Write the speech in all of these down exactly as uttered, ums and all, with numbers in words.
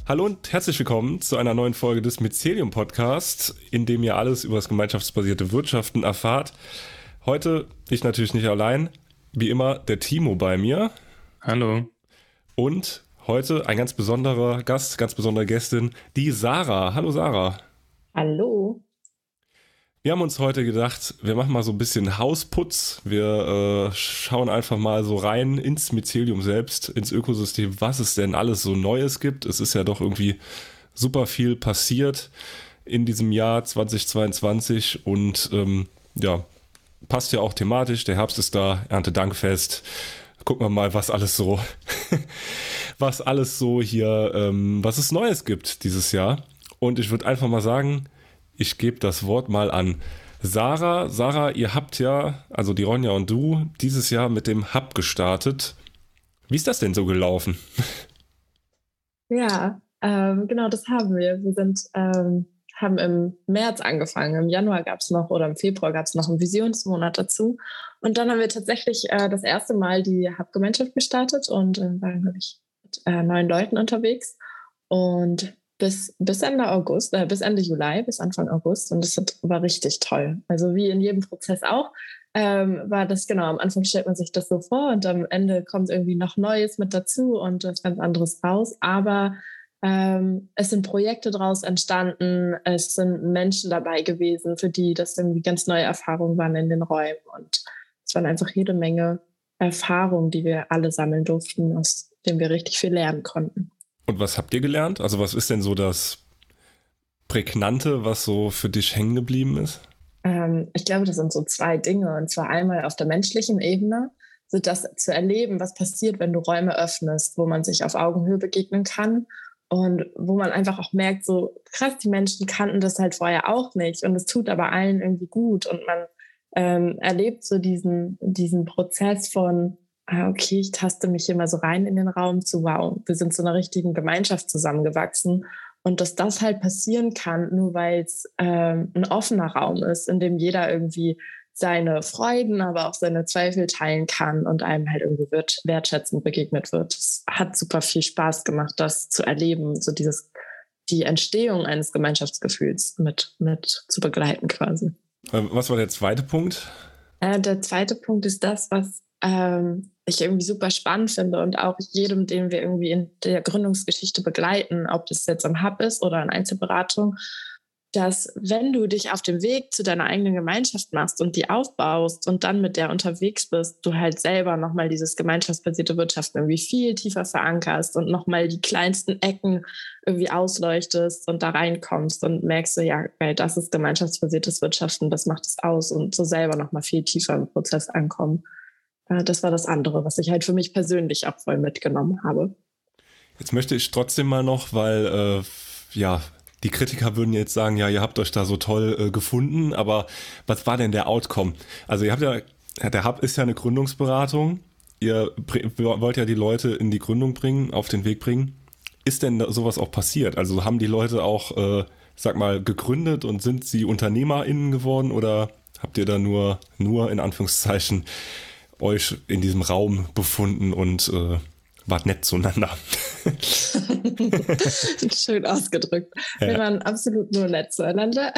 Hallo und herzlich willkommen zu einer neuen Folge des Mycelium Podcasts, in dem ihr alles über das gemeinschaftsbasierte Wirtschaften erfahrt. Heute ich natürlich nicht allein, wie immer der Timo bei mir. Hallo. Und heute ein ganz besonderer Gast, ganz besondere Gästin, die Sarah. Hallo Sarah. Hallo. Wir haben uns heute gedacht, wir machen mal so ein bisschen Hausputz. Wir äh, schauen einfach mal so rein ins Mycelium selbst, ins Ökosystem, was es denn alles so Neues gibt. Es ist ja doch irgendwie super viel passiert in diesem Jahr zweitausendzweiundzwanzig und ähm, ja, passt ja auch thematisch. Der Herbst ist da, Erntedankfest. Gucken wir mal, was alles so, was alles so hier, ähm, was es Neues gibt dieses Jahr. Und ich würde einfach mal sagen, ich gebe das Wort mal an Sarah. Sarah, ihr habt ja, also die Ronja und du, dieses Jahr mit dem Hub gestartet. Wie ist das denn so gelaufen? Ja, ähm, genau, das haben wir. Wir sind, ähm, haben im März angefangen. Im Januar gab es noch, oder im Februar gab es noch einen Visionsmonat dazu. Und dann haben wir tatsächlich äh, das erste Mal die Hub-Gemeinschaft gestartet und äh, waren, glaube ich, mit äh, neun Leuten unterwegs. Und Bis, bis Ende August, äh, bis Ende Juli, bis Anfang August. Und das war richtig toll. Also wie in jedem Prozess auch, ähm, war das genau, am Anfang stellt man sich das so vor und am Ende kommt irgendwie noch Neues mit dazu und was ganz anderes raus. Aber ähm, es sind Projekte daraus entstanden, es sind Menschen dabei gewesen, für die das irgendwie ganz neue Erfahrungen waren in den Räumen. Und es waren einfach jede Menge Erfahrungen, die wir alle sammeln durften, aus denen wir richtig viel lernen konnten. Und was habt ihr gelernt? Also was ist denn so das Prägnante, was so für dich hängen geblieben ist? Ähm, ich glaube, das sind so zwei Dinge. Und zwar einmal auf der menschlichen Ebene, so das zu erleben, was passiert, wenn du Räume öffnest, wo man sich auf Augenhöhe begegnen kann und wo man einfach auch merkt, so krass, die Menschen kannten das halt vorher auch nicht und es tut aber allen irgendwie gut und man ähm, erlebt so diesen, diesen Prozess von okay, ich taste mich hier mal so rein in den Raum zu, wow, wir sind zu einer richtigen Gemeinschaft zusammengewachsen. Und dass das halt passieren kann, nur weil es ähm, ein offener Raum ist, in dem jeder irgendwie seine Freuden, aber auch seine Zweifel teilen kann und einem halt irgendwie wert, wertschätzend begegnet wird. Es hat super viel Spaß gemacht, das zu erleben, so dieses, die Entstehung eines Gemeinschaftsgefühls mit, mit zu begleiten quasi. Was war der zweite Punkt? Äh, der zweite Punkt ist das, was ähm, ich irgendwie super spannend finde und auch jedem, den wir irgendwie in der Gründungsgeschichte begleiten, ob das jetzt am Hub ist oder in Einzelberatung, dass wenn du dich auf dem Weg zu deiner eigenen Gemeinschaft machst und die aufbaust und dann mit der unterwegs bist, du halt selber nochmal dieses gemeinschaftsbasierte Wirtschaften irgendwie viel tiefer verankerst und nochmal die kleinsten Ecken irgendwie ausleuchtest und da reinkommst und merkst du, ja, weil das ist gemeinschaftsbasiertes Wirtschaften, das macht es aus und so selber nochmal viel tiefer im Prozess ankommen. Das war das andere, was ich halt für mich persönlich auch voll mitgenommen habe. Jetzt möchte ich trotzdem mal noch, weil äh, ja, die Kritiker würden jetzt sagen, ja, ihr habt euch da so toll äh, gefunden, aber was war denn der Outcome? Also ihr habt ja, der Hub ist ja eine Gründungsberatung, ihr wollt ja die Leute in die Gründung bringen, auf den Weg bringen. Ist denn da sowas auch passiert? Also haben die Leute auch, äh, sag mal, gegründet und sind sie UnternehmerInnen geworden oder habt ihr da nur, nur in Anführungszeichen euch in diesem Raum befunden und äh, wart nett zueinander? Schön ausgedrückt. Ja. Wir waren absolut nur nett zueinander.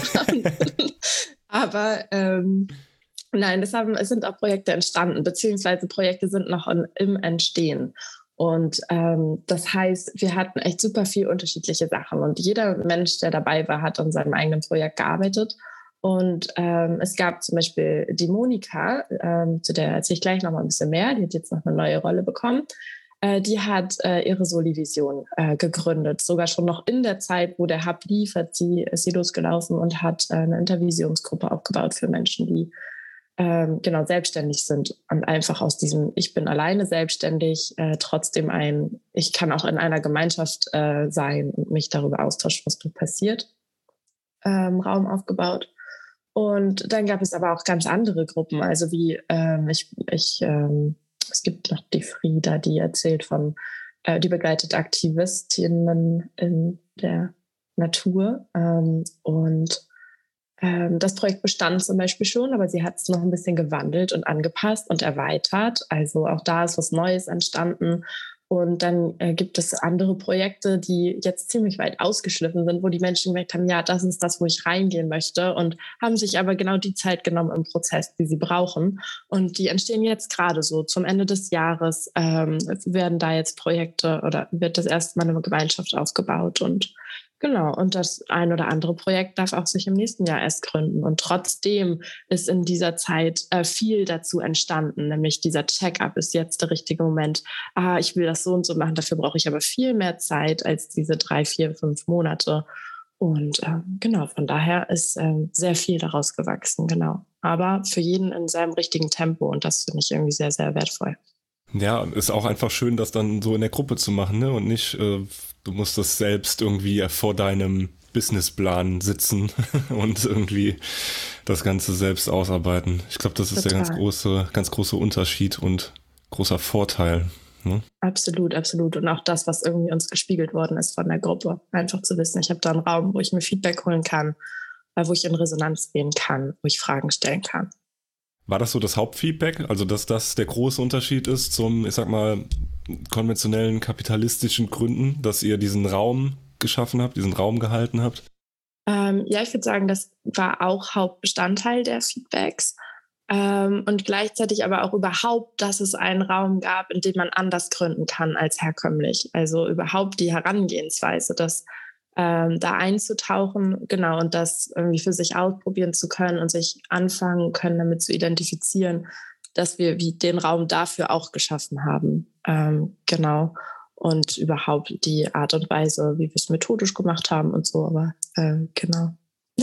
Aber ähm, nein, es, haben, es sind auch Projekte entstanden, beziehungsweise Projekte sind noch in, im Entstehen. Und ähm, das heißt, wir hatten echt super viel unterschiedliche Sachen. Und jeder Mensch, der dabei war, hat an seinem eigenen Projekt gearbeitet. Und ähm, es gab zum Beispiel die Monika, ähm, zu der erzähle ich gleich noch mal ein bisschen mehr, die hat jetzt noch eine neue Rolle bekommen. Äh, die hat äh, ihre Soli-Vision äh, gegründet, sogar schon noch in der Zeit, wo der Hub lief, hat sie, ist sie losgelaufen und hat äh, eine Intervisionsgruppe aufgebaut für Menschen, die ähm, genau selbstständig sind und einfach aus diesem ich bin alleine selbstständig, äh, trotzdem ein, ich kann auch in einer Gemeinschaft äh, sein und mich darüber austauschen, was dort passiert, ähm, Raum aufgebaut. Und dann gab es aber auch ganz andere Gruppen, also wie ähm, ich, ich ähm, es gibt noch die Frieda, die erzählt von, äh, die begleitet Aktivistinnen in der Natur ähm, und ähm, das Projekt bestand zum Beispiel schon, aber sie hat es noch ein bisschen gewandelt und angepasst und erweitert, also auch da ist was Neues entstanden Und dann äh, gibt es andere Projekte, die jetzt ziemlich weit ausgeschliffen sind, wo die Menschen gemerkt haben, ja, das ist das, wo ich reingehen möchte und haben sich aber genau die Zeit genommen im Prozess, die sie brauchen. Und die entstehen jetzt gerade so. Zum Ende des Jahres ähm, werden da jetzt Projekte oder wird das erste Mal eine Gemeinschaft aufgebaut und genau, und das ein oder andere Projekt darf auch sich im nächsten Jahr erst gründen. Und trotzdem ist in dieser Zeit äh, viel dazu entstanden, nämlich dieser Check-up ist jetzt der richtige Moment. Ah, ich will das so und so machen, dafür brauche ich aber viel mehr Zeit als diese drei, vier, fünf Monate. Und äh, genau, von daher ist äh, sehr viel daraus gewachsen, genau. Aber für jeden in seinem richtigen Tempo und das finde ich irgendwie sehr, sehr wertvoll. Ja, ist auch einfach schön, das dann so in der Gruppe zu machen, ne? Und nicht, äh, du musst das selbst irgendwie vor deinem Businessplan sitzen und irgendwie das Ganze selbst ausarbeiten. Ich glaube, das ist Total. der ganz große, ganz große Unterschied und großer Vorteil. Ne? Absolut, absolut. Und auch das, was irgendwie uns gespiegelt worden ist von der Gruppe. Einfach zu wissen, ich habe da einen Raum, wo ich mir Feedback holen kann, wo ich in Resonanz gehen kann, wo ich Fragen stellen kann. War das so das Hauptfeedback? Also, dass das der große Unterschied ist zum, ich sag mal, konventionellen kapitalistischen Gründen, dass ihr diesen Raum geschaffen habt, diesen Raum gehalten habt? Ähm, ja, ich würde sagen, das war auch Hauptbestandteil der Feedbacks. Ähm, und gleichzeitig aber auch überhaupt, dass es einen Raum gab, in dem man anders gründen kann als herkömmlich. Also überhaupt die Herangehensweise, dass Ähm, da einzutauchen, genau, und das irgendwie für sich ausprobieren zu können und sich anfangen können, damit zu identifizieren, dass wir wie den Raum dafür auch geschaffen haben. Ähm, genau. Und überhaupt die Art und Weise, wie wir es methodisch gemacht haben und so, aber ähm, genau.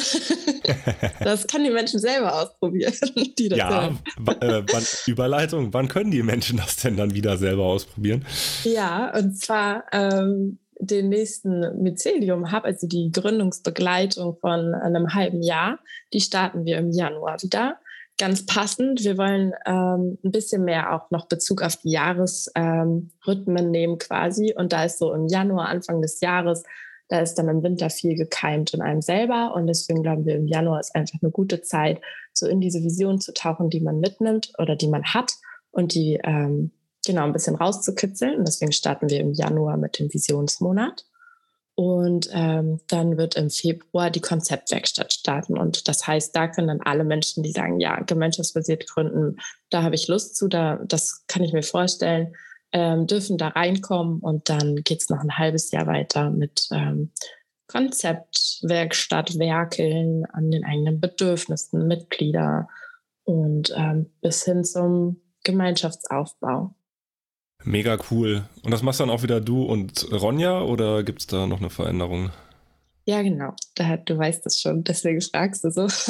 Das können die Menschen selber ausprobieren. Die das ja, äh, wann, Überleitung, wann können die Menschen das denn dann wieder selber ausprobieren? Ja, und zwar ähm, den nächsten Mycelium Hub, also die Gründungsbegleitung von einem halben Jahr, die starten wir im Januar wieder. Ganz passend. Wir wollen ähm, ein bisschen mehr auch noch Bezug auf die Jahresrhythmen ähm, nehmen quasi. Und da ist so im Januar, Anfang des Jahres, da ist dann im Winter viel gekeimt in einem selber. Und deswegen glauben wir, im Januar ist einfach eine gute Zeit, so in diese Vision zu tauchen, die man mitnimmt oder die man hat und die ähm, genau ein bisschen rauszukitzeln. Und deswegen starten wir im Januar mit dem Visionsmonat. Und ähm, dann wird im Februar die Konzeptwerkstatt starten. Und das heißt, da können dann alle Menschen, die sagen, ja, gemeinschaftsbasiert gründen, da habe ich Lust zu, da, das kann ich mir vorstellen, ähm, dürfen da reinkommen. Und dann geht es noch ein halbes Jahr weiter mit ähm, Konzeptwerkstatt, Werkeln an den eigenen Bedürfnissen, Mitglieder und ähm, bis hin zum Gemeinschaftsaufbau. Mega cool. Und das machst dann auch wieder du und Ronja oder gibt es da noch eine Veränderung? Ja, genau. Da, du weißt es schon, deswegen fragst du so.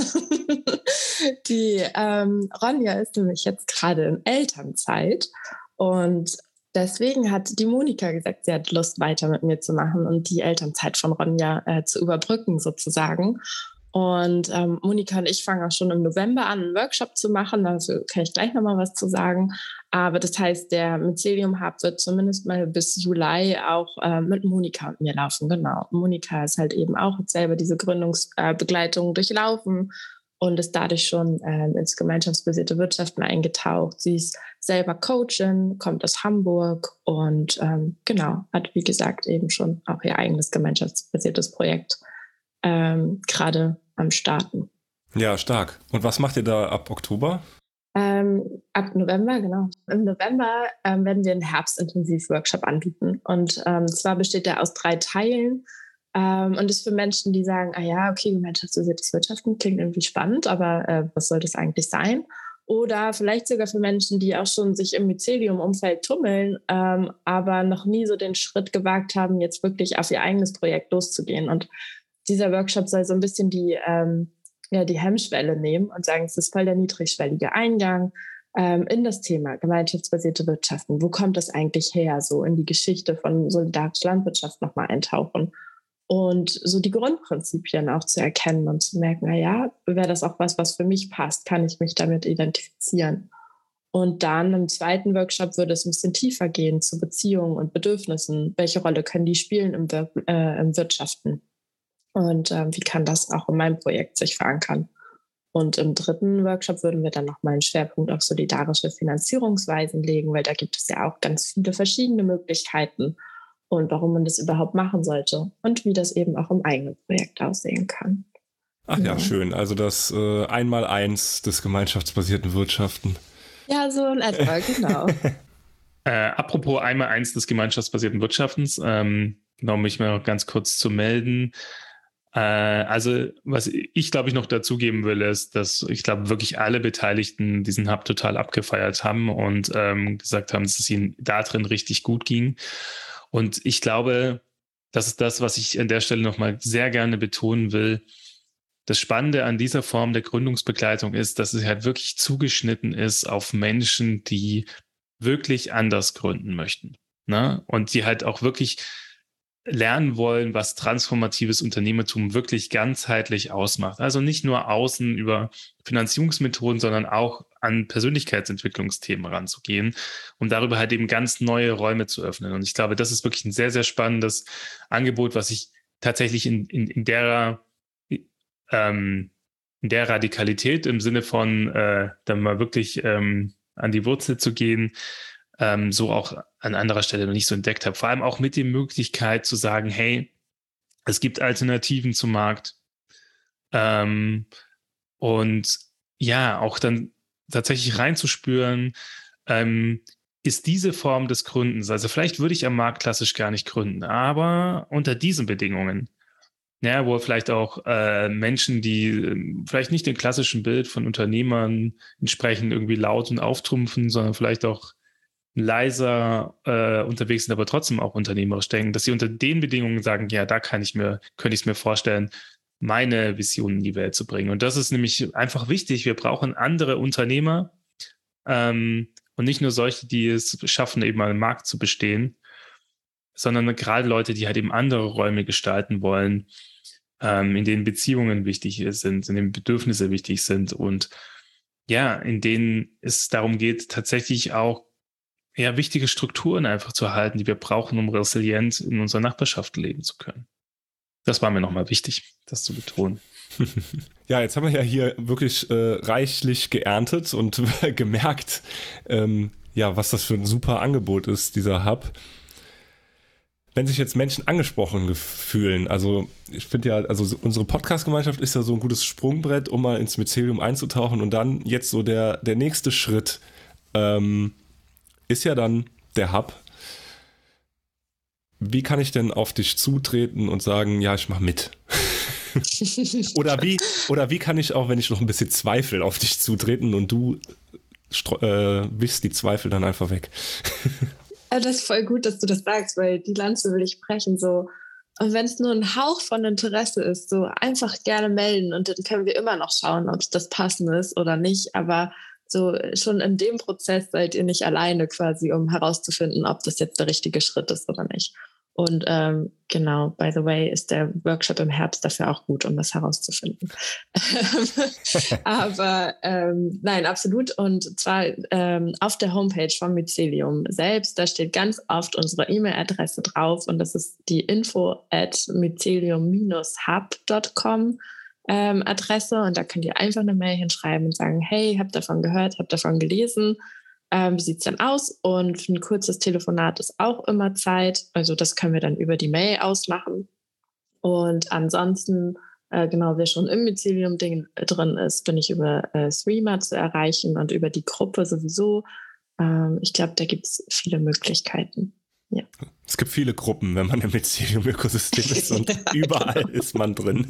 Die ähm, Ronja ist nämlich jetzt gerade in Elternzeit und deswegen hat die Monika gesagt, sie hat Lust, weiter mit mir zu machen und die Elternzeit von Ronja äh, zu überbrücken sozusagen. Und ähm, Monika und ich fangen auch schon im November an, einen Workshop zu machen. Also kann ich gleich nochmal was zu sagen. Aber das heißt, der Mycelium Hub wird zumindest mal bis Juli auch äh, mit Monika und mir laufen. Genau. Monika ist halt eben auch selber diese Gründungsbegleitung äh, durchlaufen und ist dadurch schon äh, ins gemeinschaftsbasierte Wirtschaften eingetaucht. Sie ist selber Coachin, kommt aus Hamburg und ähm, genau, hat wie gesagt eben schon auch ihr eigenes gemeinschaftsbasiertes Projekt Ähm, gerade am Starten. Ja, stark. Und was macht ihr da ab Oktober? Ähm, ab November, genau. Im November ähm, werden wir einen Herbstintensiv-Workshop anbieten. Und ähm, zwar besteht der aus drei Teilen ähm, und ist für Menschen, die sagen, ah ja, okay, gemeinschaftsbasiertes Wirtschaften klingt irgendwie spannend, aber äh, was soll das eigentlich sein? Oder vielleicht sogar für Menschen, die auch schon sich im Mycelium-Umfeld tummeln, ähm, aber noch nie so den Schritt gewagt haben, jetzt wirklich auf ihr eigenes Projekt loszugehen. Und dieser Workshop soll so ein bisschen die, ähm, ja, die Hemmschwelle nehmen und sagen, es ist voll der niedrigschwellige Eingang ähm, in das Thema gemeinschaftsbasierte Wirtschaften. Wo kommt das eigentlich her? So in die Geschichte von solidarischer Landwirtschaft nochmal eintauchen. Und so die Grundprinzipien auch zu erkennen und zu merken, na ja, wäre das auch was, was für mich passt? Kann ich mich damit identifizieren? Und dann im zweiten Workshop würde es ein bisschen tiefer gehen zu Beziehungen und Bedürfnissen. Welche Rolle können die spielen im, Wir- äh, im Wirtschaften? Und ähm, wie kann das auch in meinem Projekt sich verankern? Und im dritten Workshop würden wir dann nochmal einen Schwerpunkt auf solidarische Finanzierungsweisen legen, weil da gibt es ja auch ganz viele verschiedene Möglichkeiten und warum man das überhaupt machen sollte und wie das eben auch im eigenen Projekt aussehen kann. Ach ja, ja schön. Also das äh, Einmaleins des gemeinschaftsbasierten Wirtschaften. Ja, so in etwa, genau. äh, apropos Einmaleins des gemeinschaftsbasierten Wirtschaftens, ähm, genau, mich mal noch ganz kurz zu melden. Äh, also was ich, glaube ich, noch dazugeben will, ist, dass ich glaube, wirklich alle Beteiligten diesen Hub total abgefeiert haben und ähm, gesagt haben, dass es ihnen da drin richtig gut ging. Und ich glaube, das ist das, was ich an der Stelle nochmal sehr gerne betonen will. Das Spannende an dieser Form der Gründungsbegleitung ist, dass es halt wirklich zugeschnitten ist auf Menschen, die wirklich anders gründen möchten, ne? Und die halt auch wirklich lernen wollen, was transformatives Unternehmertum wirklich ganzheitlich ausmacht. Also nicht nur außen über Finanzierungsmethoden, sondern auch an Persönlichkeitsentwicklungsthemen ranzugehen, um darüber halt eben ganz neue Räume zu öffnen. Und ich glaube, das ist wirklich ein sehr, sehr spannendes Angebot, was ich tatsächlich in, in, in der ähm, in der Radikalität im Sinne von äh, dann mal wirklich ähm, an die Wurzel zu gehen, ähm, so auch an anderer Stelle noch nicht so entdeckt habe. Vor allem auch mit der Möglichkeit zu sagen, hey, es gibt Alternativen zum Markt. Ähm, und ja, auch dann tatsächlich reinzuspüren, ähm, ist diese Form des Gründens, also vielleicht würde ich am Markt klassisch gar nicht gründen, aber unter diesen Bedingungen, ja, wo vielleicht auch äh, Menschen, die äh, vielleicht nicht dem klassischen Bild von Unternehmern entsprechend irgendwie laut und auftrumpfen, sondern vielleicht auch leiser äh, unterwegs sind, aber trotzdem auch unternehmerisch denken, dass sie unter den Bedingungen sagen, ja, da kann ich mir, könnte ich es mir vorstellen, meine Vision in die Welt zu bringen. Und das ist nämlich einfach wichtig. Wir brauchen andere Unternehmer ähm, und nicht nur solche, die es schaffen, eben am Markt zu bestehen, sondern gerade Leute, die halt eben andere Räume gestalten wollen, ähm, in denen Beziehungen wichtig sind, in denen Bedürfnisse wichtig sind und ja, in denen es darum geht, tatsächlich auch ja, wichtige Strukturen einfach zu erhalten, die wir brauchen, um resilient in unserer Nachbarschaft leben zu können. Das war mir nochmal wichtig, das zu betonen. Ja, jetzt haben wir ja hier wirklich äh, reichlich geerntet und gemerkt, ähm, ja, was das für ein super Angebot ist, dieser Hub. Wenn sich jetzt Menschen angesprochen fühlen, also ich finde ja, also unsere Podcast-Gemeinschaft ist ja so ein gutes Sprungbrett, um mal ins Mycelium einzutauchen und dann jetzt so der, der nächste Schritt ähm, ist ja dann der Hub. Wie kann ich denn auf dich zutreten und sagen, ja, ich mache mit? oder, wie, oder wie kann ich auch, wenn ich noch ein bisschen zweifle, auf dich zutreten und du äh, wischst die Zweifel dann einfach weg? Das ist voll gut, dass du das sagst, weil die Lanze will ich brechen. So. Und wenn es nur ein Hauch von Interesse ist, so einfach gerne melden und dann können wir immer noch schauen, ob das passend ist oder nicht. Aber so schon in dem Prozess seid ihr nicht alleine quasi, um herauszufinden, ob das jetzt der richtige Schritt ist oder nicht. Und ähm, genau, by the way, ist der Workshop im Herbst dafür auch gut, um das herauszufinden. Aber ähm, nein, absolut. Und zwar ähm, auf der Homepage vom Mycelium selbst, da steht ganz oft unsere E-Mail-Adresse drauf und das ist die info at mycelium hub dot com ähm, Adresse. Und da könnt ihr einfach eine Mail hinschreiben und sagen, hey, habt davon gehört, habt davon gelesen. Ähm, wie sieht es denn aus? Und für ein kurzes Telefonat ist auch immer Zeit. Also das können wir dann über die Mail ausmachen. Und ansonsten, äh, genau, wer schon im Mycelium-Ding drin ist, bin ich über äh, Threema zu erreichen und über die Gruppe sowieso. Ähm, ich glaube, da gibt es viele Möglichkeiten. Ja. Es gibt viele Gruppen, wenn man im Mycelium-Ökosystem ist und ja, überall genau. ist man drin.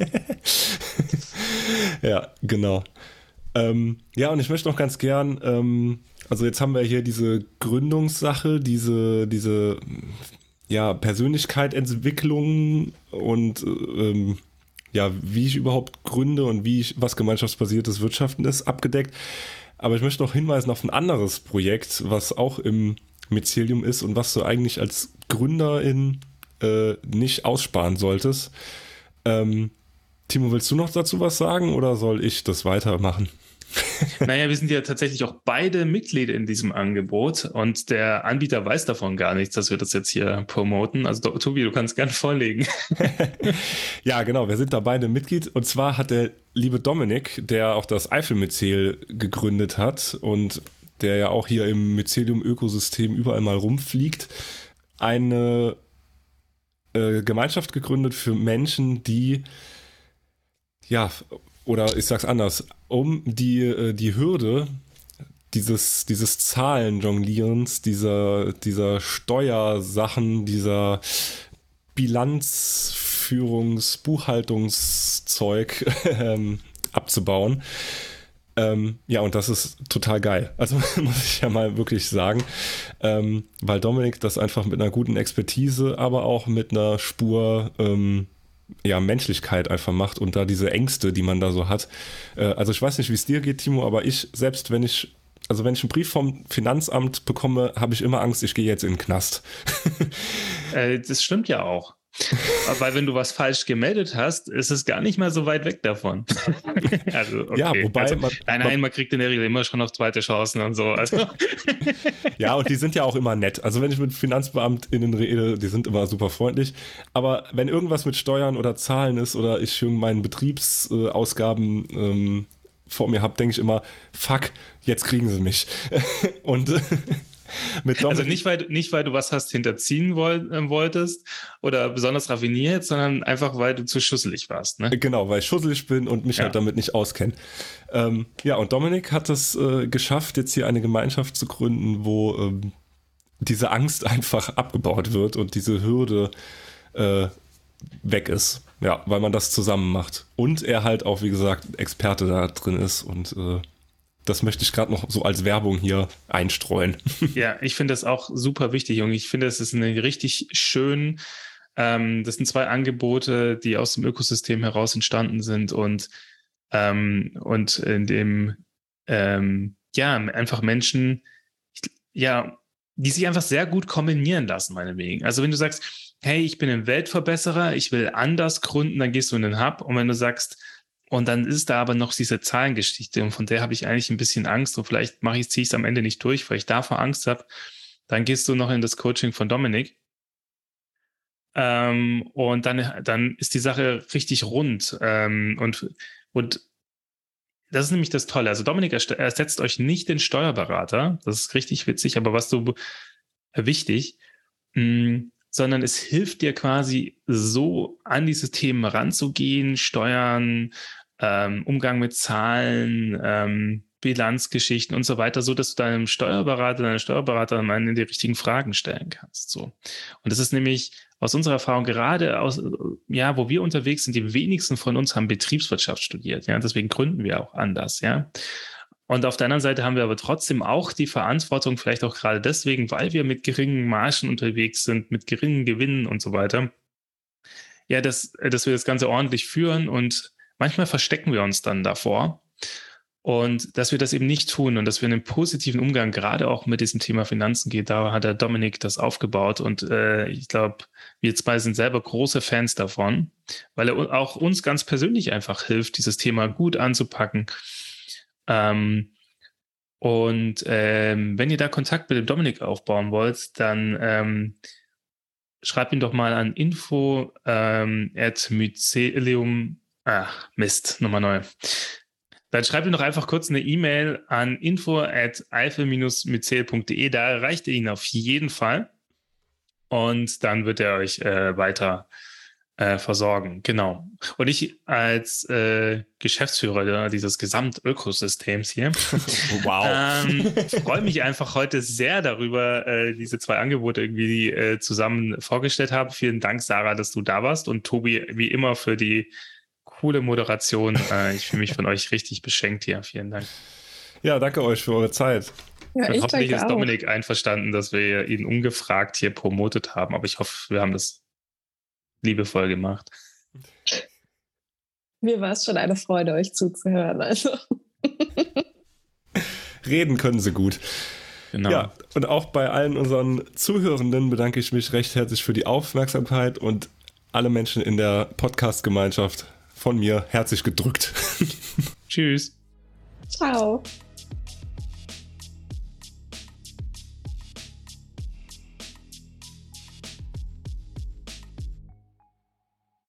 Ja, genau. Ähm, ja, und ich möchte noch ganz gern, ähm, also jetzt haben wir hier diese Gründungssache, diese, diese ja, Persönlichkeitsentwicklung und ähm, ja, wie ich überhaupt gründe und wie ich, was gemeinschaftsbasiertes Wirtschaften ist, abgedeckt. Aber ich möchte noch hinweisen auf ein anderes Projekt, was auch im Mycelium ist und was du eigentlich als Gründerin äh, nicht aussparen solltest. Ähm, Timo, willst du noch dazu was sagen oder soll ich das weitermachen? Naja, wir sind ja tatsächlich auch beide Mitglieder in diesem Angebot und der Anbieter weiß davon gar nichts, dass wir das jetzt hier promoten. Also Tobi, du kannst gern vorlegen. Ja, genau, wir sind da beide Mitglied und zwar hat der liebe Dominik, der auch das Eifel-Myzel gegründet hat und der ja auch hier im Mycelium-Ökosystem überall mal rumfliegt, eine äh, Gemeinschaft gegründet für Menschen, die, ja, oder ich sag's anders, um die, die Hürde dieses, dieses Zahlenjonglierens, dieser, dieser Steuersachen, dieser Bilanzführungs-, Buchhaltungszeug ähm, abzubauen. Ähm, ja, und das ist total geil. Also muss ich ja mal wirklich sagen, ähm, weil Dominik das einfach mit einer guten Expertise, aber auch mit einer Spur ähm, ja, Menschlichkeit einfach macht und da diese Ängste, die man da so hat. Äh, also ich weiß nicht, wie es dir geht, Timo, aber ich, selbst wenn ich, also wenn ich einen Brief vom Finanzamt bekomme, habe ich immer Angst, ich gehe jetzt in den Knast. äh, das stimmt ja auch. Weil wenn du was falsch gemeldet hast, ist es gar nicht mal so weit weg davon. Also, okay. Ja, wobei also, man, nein, nein, man kriegt in der Regel immer schon noch zweite Chancen und so. Also. Ja, und die sind ja auch immer nett. Also wenn ich mit FinanzbeamtInnen rede, die sind immer super freundlich. Aber wenn irgendwas mit Steuern oder Zahlen ist oder ich meine Betriebsausgaben ähm, vor mir habe, denke ich immer, fuck, jetzt kriegen sie mich. Und mit also nicht weil, nicht, weil du was hast hinterziehen woll, äh, wolltest oder besonders raffiniert, sondern einfach, weil du zu schusselig warst. Ne? Genau, weil ich schusselig bin und mich ja. halt damit nicht auskenne. Ähm, ja, und Dominik hat es äh, geschafft, jetzt hier eine Gemeinschaft zu gründen, wo ähm, diese Angst einfach abgebaut wird und diese Hürde äh, weg ist. Ja, weil man das zusammen macht. Und er halt auch, wie gesagt, Experte da drin ist und äh, das möchte ich gerade noch so als Werbung hier einstreuen. Ja, ich finde das auch super wichtig und ich finde, es ist eine richtig schön, ähm, das sind zwei Angebote, die aus dem Ökosystem heraus entstanden sind und, ähm, und in dem, ähm, ja, einfach Menschen, ja, die sich einfach sehr gut kombinieren lassen, meinetwegen. Also wenn du sagst, hey, ich bin ein Weltverbesserer, ich will anders gründen, dann gehst du in den Hub und wenn du sagst, und dann ist da aber noch diese Zahlengeschichte und von der habe ich eigentlich ein bisschen Angst und vielleicht mache ich, ziehe ich es am Ende nicht durch, weil ich davor Angst habe. Dann gehst du noch in das Coaching von Dominik ähm, und dann, dann ist die Sache richtig rund ähm, und, und das ist nämlich das Tolle. Also Dominik ersetzt euch nicht den Steuerberater, das ist richtig witzig, aber was so wichtig, mh, sondern es hilft dir quasi so an diese Themen ranzugehen, Steuern, ähm, Umgang mit Zahlen, ähm, Bilanzgeschichten und so weiter, so dass du deinem Steuerberater, deiner Steuerberaterin am Ende die richtigen Fragen stellen kannst. So. Und das ist nämlich aus unserer Erfahrung gerade aus, ja, wo wir unterwegs sind, die wenigsten von uns haben Betriebswirtschaft studiert, ja, deswegen gründen wir auch anders, ja. Und auf der anderen Seite haben wir aber trotzdem auch die Verantwortung, vielleicht auch gerade deswegen, weil wir mit geringen Margen unterwegs sind, mit geringen Gewinnen und so weiter, ja, dass, dass wir das Ganze ordentlich führen und manchmal verstecken wir uns dann davor und dass wir das eben nicht tun und dass wir einen positiven Umgang gerade auch mit diesem Thema Finanzen geht, da hat der Dominik das aufgebaut und äh, ich glaube, wir zwei sind selber große Fans davon, weil er auch uns ganz persönlich einfach hilft, dieses Thema gut anzupacken. Ähm, und ähm, wenn ihr da Kontakt mit dem Dominik aufbauen wollt, dann ähm, schreibt ihn doch mal an info ähm, at mycelium, ach Mist, nochmal neu. Dann schreibt ihn doch einfach kurz eine E-Mail an info at eifel dash mycel punkt de, da erreicht ihr ihn auf jeden Fall und dann wird er euch äh, weiter Äh, versorgen, genau. Und ich als äh, Geschäftsführer dieses Gesamtökosystems hier wow. ähm, freue mich einfach heute sehr darüber, äh, diese zwei Angebote irgendwie äh, zusammen vorgestellt habe. Vielen Dank, Sarah, dass du da warst und Tobi, wie immer, für die coole Moderation. Äh, ich fühle mich von euch richtig beschenkt hier. Vielen Dank. Ja, danke euch für eure Zeit. Ja, und ich hoffentlich ist auch. Dominik einverstanden, dass wir ihn ungefragt hier promotet haben, aber ich hoffe, wir haben das liebevoll gemacht. Mir war es schon eine Freude, euch zuzuhören. Also. Reden können sie gut. Genau. Ja, und auch bei allen unseren Zuhörenden bedanke ich mich recht herzlich für die Aufmerksamkeit und alle Menschen in der Podcast-Gemeinschaft. von mir herzlich gedrückt. Tschüss. Ciao.